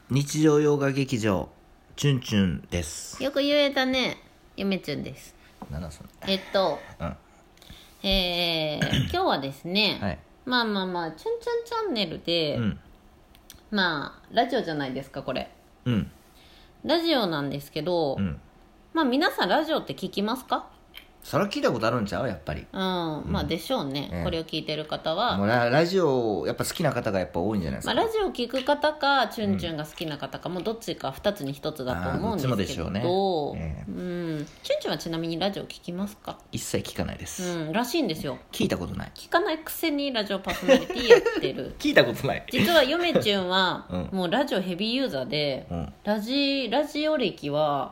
日常洋画劇場チュンチュンです。 よく言えたね。ゆめちゅんです。 なんだそれ。 今日はですね、 はい、 チュンチュンチャンネルで、ラジオじゃないですかこれ。ラジオなんですけど、皆さんラジオって聞きますか？ それは聞いたことあるんちゃうやっぱり。 でしょうね、これを聞いてる方はもうラジオやっぱ好きな方がやっぱ多いんじゃないですか。 ラジオを聞く方かチュンチュンが好きな方か、もうどっちか2つに1つだと思うんですけど、 どっちもでしょうね。 チュンチュンはちなみにラジオ聞きますか？ 一切聞かないです。 らしいんですよ。 聞いたことない。 聞かないくせにラジオパーソナリティやってる聞いたことない。 実はヨメチュンはもうラジオヘビーユーザーで、ラジオ歴は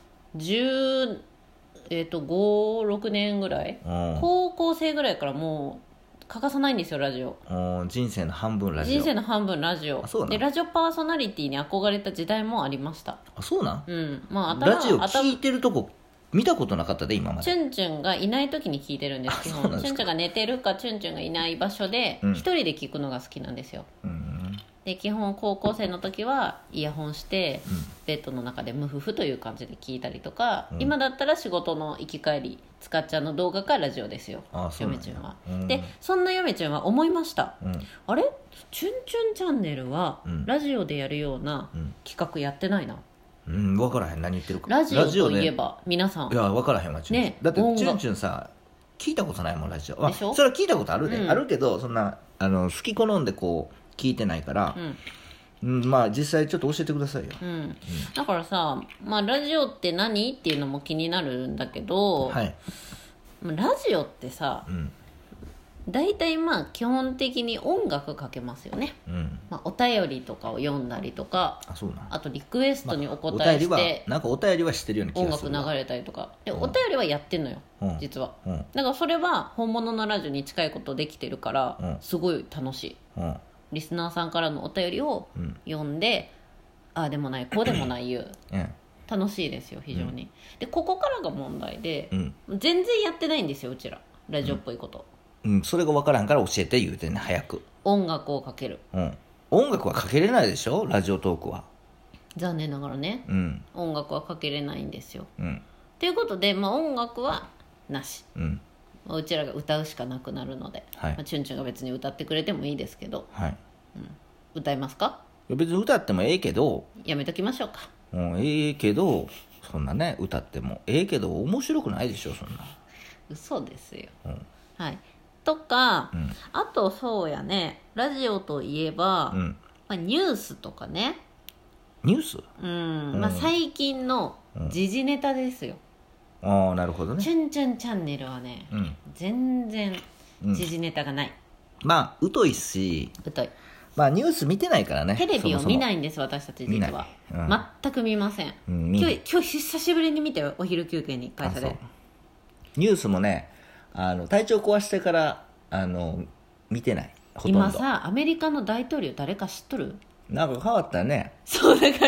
5、6年ぐらい、高校生ぐらいからもう欠かさないんですよラジオ。 人生の半分ラジオ。 人生の半分ラジオで、ラジオパーソナリティに憧れた時代もありました。 あ、そうなん。 ラジオ聞いてるとこ見たことなかったで今まで。 チュンチュンがいない時に聞いてるんです。基本チュンチュンが寝てるかチュンチュンがいない場所で一人で聞くのが好きなんですよ。で基本高校生の時はイヤホンして、ベッドの中でムフフという感じで聞いたりとか、今だったら仕事の行き帰りつかっちゃんの動画かラジオですよ、ヨメチュンは。でそんなヨメチュンは思いました、あれチュンチュンチャンネルは、ラジオでやるような企画やってないな。 分からへん、何言ってるか。 ラジオといえば、皆さんいや分からへんわ、 ね、 だってチュンチュンさ聞いたことないもんラジオ。 でしょ？ それは聞いたことあるで、あるけどそんな好き好んでこう聞いてないから、実際ちょっと教えてくださいよ。 だからさ、ラジオって何っていうのも気になるんだけど、ラジオってさ、大体基本的に音楽かけますよね。お便りとかを読んだりとか、あとリクエストにお答えして、 なんかお便りはしてるような気がする。 音楽流れたりとかで、お便りはやってんのよ、実は。だからそれは本物のラジオに近いことできてるから、すごい楽しい。リスナーさんからのお便りを読んで、ああでもないこうでもない言う、楽しいですよ非常に。でここからが問題で、全然やってないんですようちらラジオっぽいこと。 それが分からんから教えて言うてね、早く。 音楽をかける、 音楽はかけれないでしょラジオトークは。 残念ながらね、音楽はかけれないんですよ。ということで、音楽はなし、うちらが歌うしかなくなるので、チュンチュンが別に歌ってくれてもいいですけど、歌いますか？ 別に歌ってもええけど、 やめときましょうか。 ええけど、そんなね歌ってもええけど面白くないでしょそんな。 嘘ですよ。とか、あとそうやね、ラジオといえば、ニュースとかね。 ニュース？ 最近の時事ネタですよ。 なるほどね。 チュンチュンチャンネルはね、全然時事ネタがない。 疎いし、 疎い。 ニュース見てないからね。 テレビを見ないんです私たち実は。全く見ません。今日久しぶりに見てよ、お昼休憩に会社で。 ニュースもね、体調壊してから見てない。ほとんど。 今さ、アメリカの大統領誰か知っとる？ なんか変わったね。 そうだから、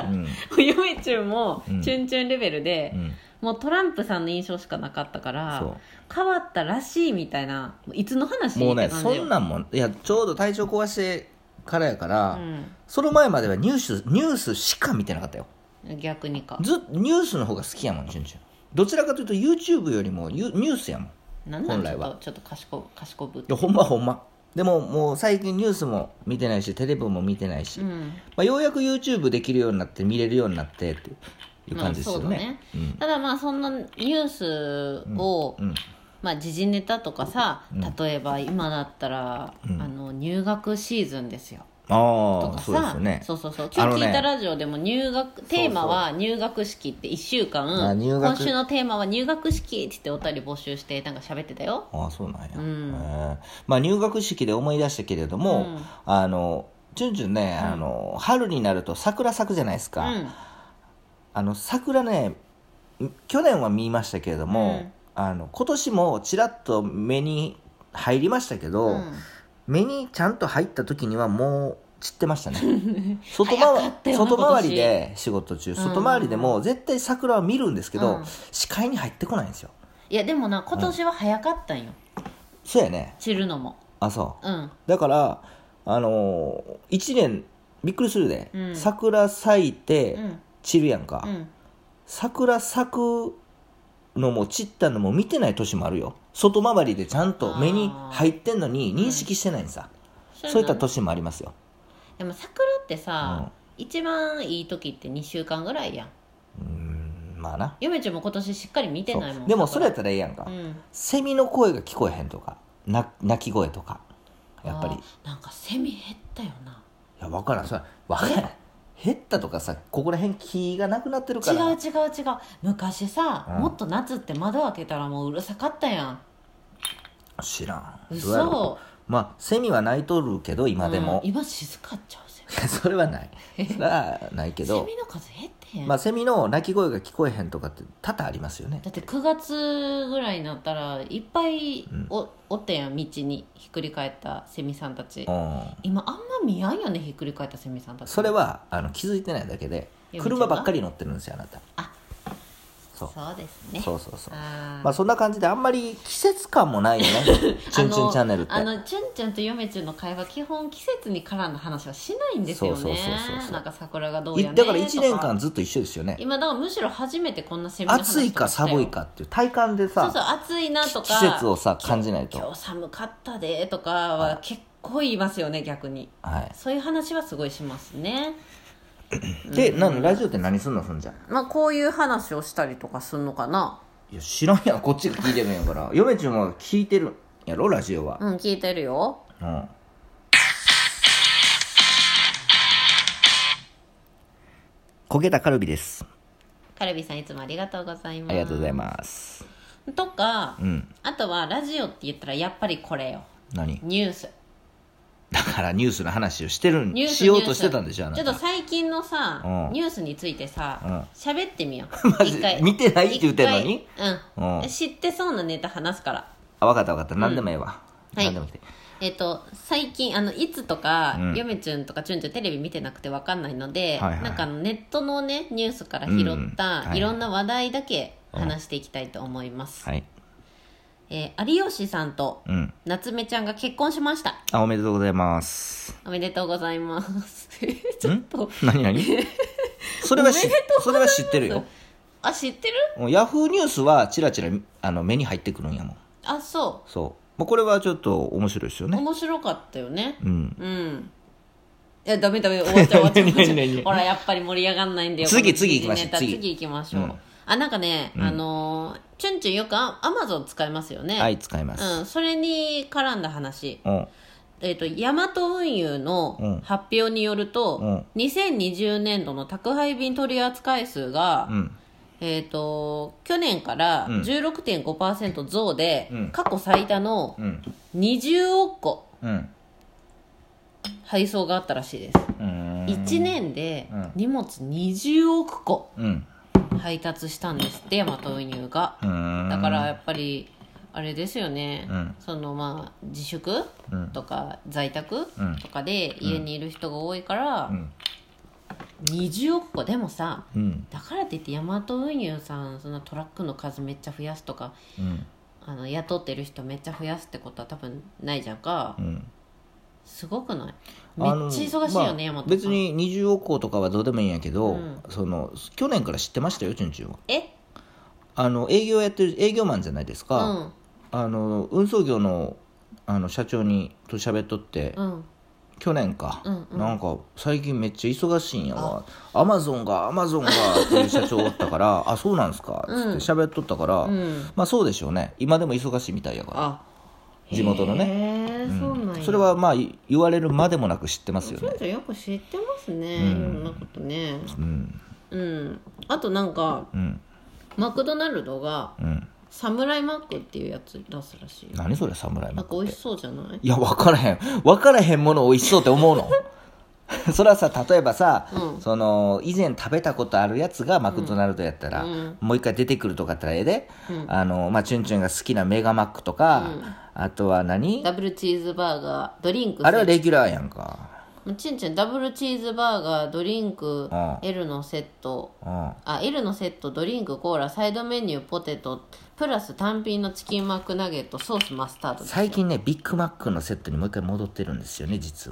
ヨメチュンもチュンチュンレベルで、もうトランプさんの印象しかなかったから変わったらしいみたいな、いつの話もうね、そんなんもん、いやちょうど体調壊してからやから、その前まではニュースしか見てなかったよ。 逆にか。 ニュースの方が好きやもんチュンチュン。どちらかというと YouTube よりもニュースやもん。 本来はちょっと賢ぶって。 いやほんまでももう最近ニュースも見てないしテレビも見てないし、ようやく YouTube できるようになって見れるようになってっていう感じですよね。 ただそんなニュースを、時事ネタとかさ、例えば今だったら、入学シーズンですよとかさ、 そうですよね。 そう今日聞いたラジオでもテーマは入学式って1週間、今週のテーマは入学式って言ってお便り募集してなんか喋ってたよ。 そうなんや。入学式で思い出したけれども、チュンチュンね、春になると桜咲くじゃないですか。桜ね、去年は見ましたけれども、今年もちらっと目に入りましたけど、目にちゃんと入った時にはもう散ってましたね。外回りで仕事中、外回りでも絶対桜は見るんですけど、視界に入ってこないんですよ。 いやでも今年は早かったんよ。 そうやね。 散るのも。 そう。だから1年びっくりするで、 うん、 桜咲いて散るやんか、 うん、 桜咲くのも散ったのも見てない年もあるよ。外回りでちゃんと目に入ってんのに認識してないんさ、そういった年もありますよ。 でも桜ってさ、一番いい時って2週間ぐらいやん。 まあな。 嫁ちゃんも今年しっかり見てないもん。 でもそれやったらええやんか、セミの声が聞こえへんとか鳴き声とか、やっぱりなんかセミ減ったよな。 いや分からん、それ分からん、減ったとかさ、ここら辺木がなくなってるから。 違う昔さ、もっと夏って窓開けたらもううるさかったやん。 知らん。 嘘。 まあセミは鳴いとるけど今でも、 今静かっちゃうぜ。 それはないそれはないけど、 セミの数減ってへん。 まあセミの鳴き声が聞こえへんとかって多々ありますよね。 だって9月ぐらいになったらいっぱいおったやん、道にひっくり返ったセミさんたち。今あんま見やんよね、ひっくり返ったセミさんたち。 それは気づいてないだけで、車ばっかり乗ってるんですよ、あなた。 そうですね。 そうまあそんな感じで、あんまり季節感もないよねチュンチュンチャンネルって。 チュンチュンと嫁チュンの会話、基本季節に絡んだ話はしないんですよね。なんか桜がどうやねだから1年間ずっと一緒ですよね。 今だからむしろ初めてこんなセミの話暑いか寒いかっていう体感でさ、 暑いなとか季節をさ感じないと、 今日寒かったでとかは結構言いますよね、逆に。そういう話はすごいしますね。 で、ラジオって何すんの、そんじゃ。 まあこういう話をしたりとかすんのかな。 いや知らんやん、こっちが聞いてるんやから。嫁ちゃんは聞いてるやろ、ラジオは。 聞いてるよ。 焦げたカルビです。 カルビさんいつもありがとうございます。 ありがとうございます。 とか、あとはラジオって言ったらやっぱりこれよ。 何？ ニュース。 だからニュースの話をしようとしてたんでしょ、あなた。 ちょっと最近のさ、ニュースについてさ、喋ってみよう。 一回見てないって言ってんのに。 知ってそうなネタ話すから。 分かった何でもええわ。何でも来て。 最近いつとか、嫁ちゅんとかちゅんちゅんテレビ見てなくて分かんないので、なんかネットのねニュースから拾ったいろんな話題だけ話していきたいと思います。有吉さんと夏目ちゃんが結婚しました。 おめでとうございます。 おめでとうございますちょっと何それは知ってるよ。 知ってる？ ヤフーニュースはチラチラ目に入ってくるんやもん。そう、これはちょっと面白いですよね。 面白かったよね。いやダメ終わっちゃうほらやっぱり盛り上がんないんだよ。 次行きましょう。 次行きましょう。なんかね、チュンチュンよくアマゾン使いますよね。 はい、使います。 それに絡んだ話。ヤマト運輸の発表によると、2020年度の宅配便取扱数が、去年から 16.5% 増で、過去最多の20億個配送があったらしいです。1年で荷物20億個配達したんですって、ヤマト運輸が。だからやっぱりあれですよね、自粛とか在宅とかで家にいる人が多いから、20億個でもさ、だからって言ってヤマト運輸さんそんなトラックの数めっちゃ増やすとか、雇ってる人めっちゃ増やすってことは多分ないじゃんか。すごくない？めっちゃ忙しいよね、ヤマトさん。 別に20億個とかはどうでもいいんやけど、去年から知ってましたよ、チュンチュンは。営業マンじゃないですか。運送業の社長と喋っとって、去年か、なんか最近めっちゃ忙しいんやわ、アマゾンがっていう社長おったからあ、そうなんですかつって喋っとったから、まあそうでしょうね。今でも忙しいみたいやから、地元のね。それはまあ言われるまでもなく知ってますよね。 そうよく知ってますね、いろんなことね。あとなんか、マクドナルドが、サムライマックっていうやつ出すらしいよ。 何それ、サムライマックって。 なんか美味しそうじゃない？ いや、分からへんもの美味しそうって思うのそれはさ、例えばさ、以前食べたことあるやつがマクドナルドやったら、もう一回出てくるとかやったらええで、チュンチュンが好きなメガマックとか、あとはダブルチーズバーガードリンク、 あれはレギュラーやんか。 チュンチュンダブルチーズバーガードリンク L のセット、L のセットドリンクコーラサイドメニューポテトプラス単品のチキンマックナゲットソースマスタード。 最近ねビッグマックのセットにもう一回戻ってるんですよね、実は。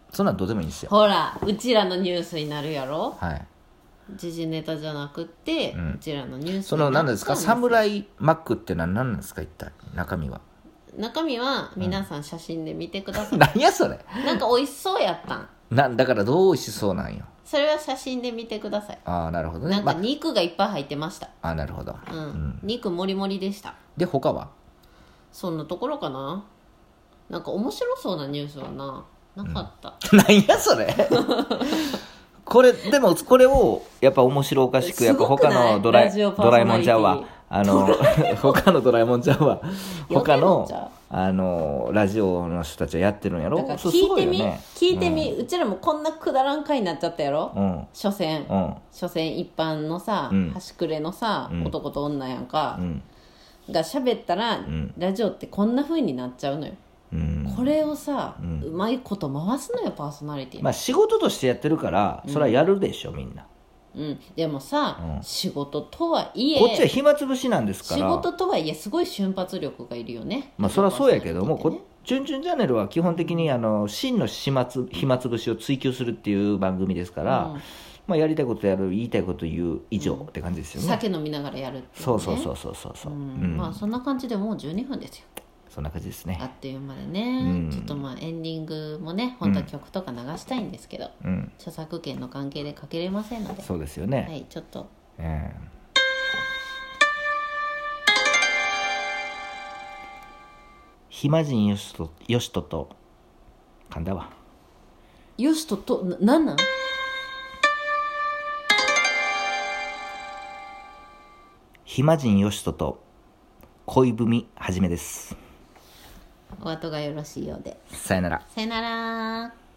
そんなんどうでもいいんですよ。 ほらうちらのニュースになるやろ。 はい。 時事ネタじゃなくて、うちらのニュースその何ですか、サムライマックってのは何なんですか、一体中身は。 中身は皆さん写真で見てください。 何やそれ。 なんか美味しそうやったん。 だからどう美味しそうなんよ。 それは写真で見てください。 ああなるほどね。 なんか肉がいっぱい入ってました。 ああなるほど。 肉もりもりでした。 で他はそんなところかな。なんか面白そうなニュースはなかった。 何やそれ。これでもこれをやっぱ面白おかしくやっぱ他のドラえもんちゃうわ他のドラえもんちゃうわ他のラジオの人たちはやってるんやろ。 だから聞いてみ、うちらもこんなくだらん回になっちゃったやろ、所詮一般のさ、端くれのさ、男と女やんか、が喋ったら、ラジオってこんな風になっちゃうのよ。これをさ、うまいこと回すのよパーソナリティ。 まあ仕事としてやってるからそれはやるでしょみんな。 でもさ、仕事とはいえこっちは暇つぶしなんですから。 仕事とはいえすごい瞬発力がいるよね。 まあそりゃそうやけども、チュンチュンチャンネルは基本的に真の暇つぶしを追求するっていう番組ですから、まあ、やりたいことやる、言いたいこと言う以上って感じですよね。 酒飲みながらやるっていうね。 そう、 まあそんな感じでもう12分ですよ。 そんな感じですね。 あっという間でね、ちょっとまあエンディングもね本当は曲とか流したいんですけど、著作権の関係でかけれませんので。 そうですよね。 はい、ちょっと、 暇人よしとと噛んだわ。 よしとなんなん。 暇人よしと恋文はじめです。 お後がよろしいようで。 さよなら。 さよなら。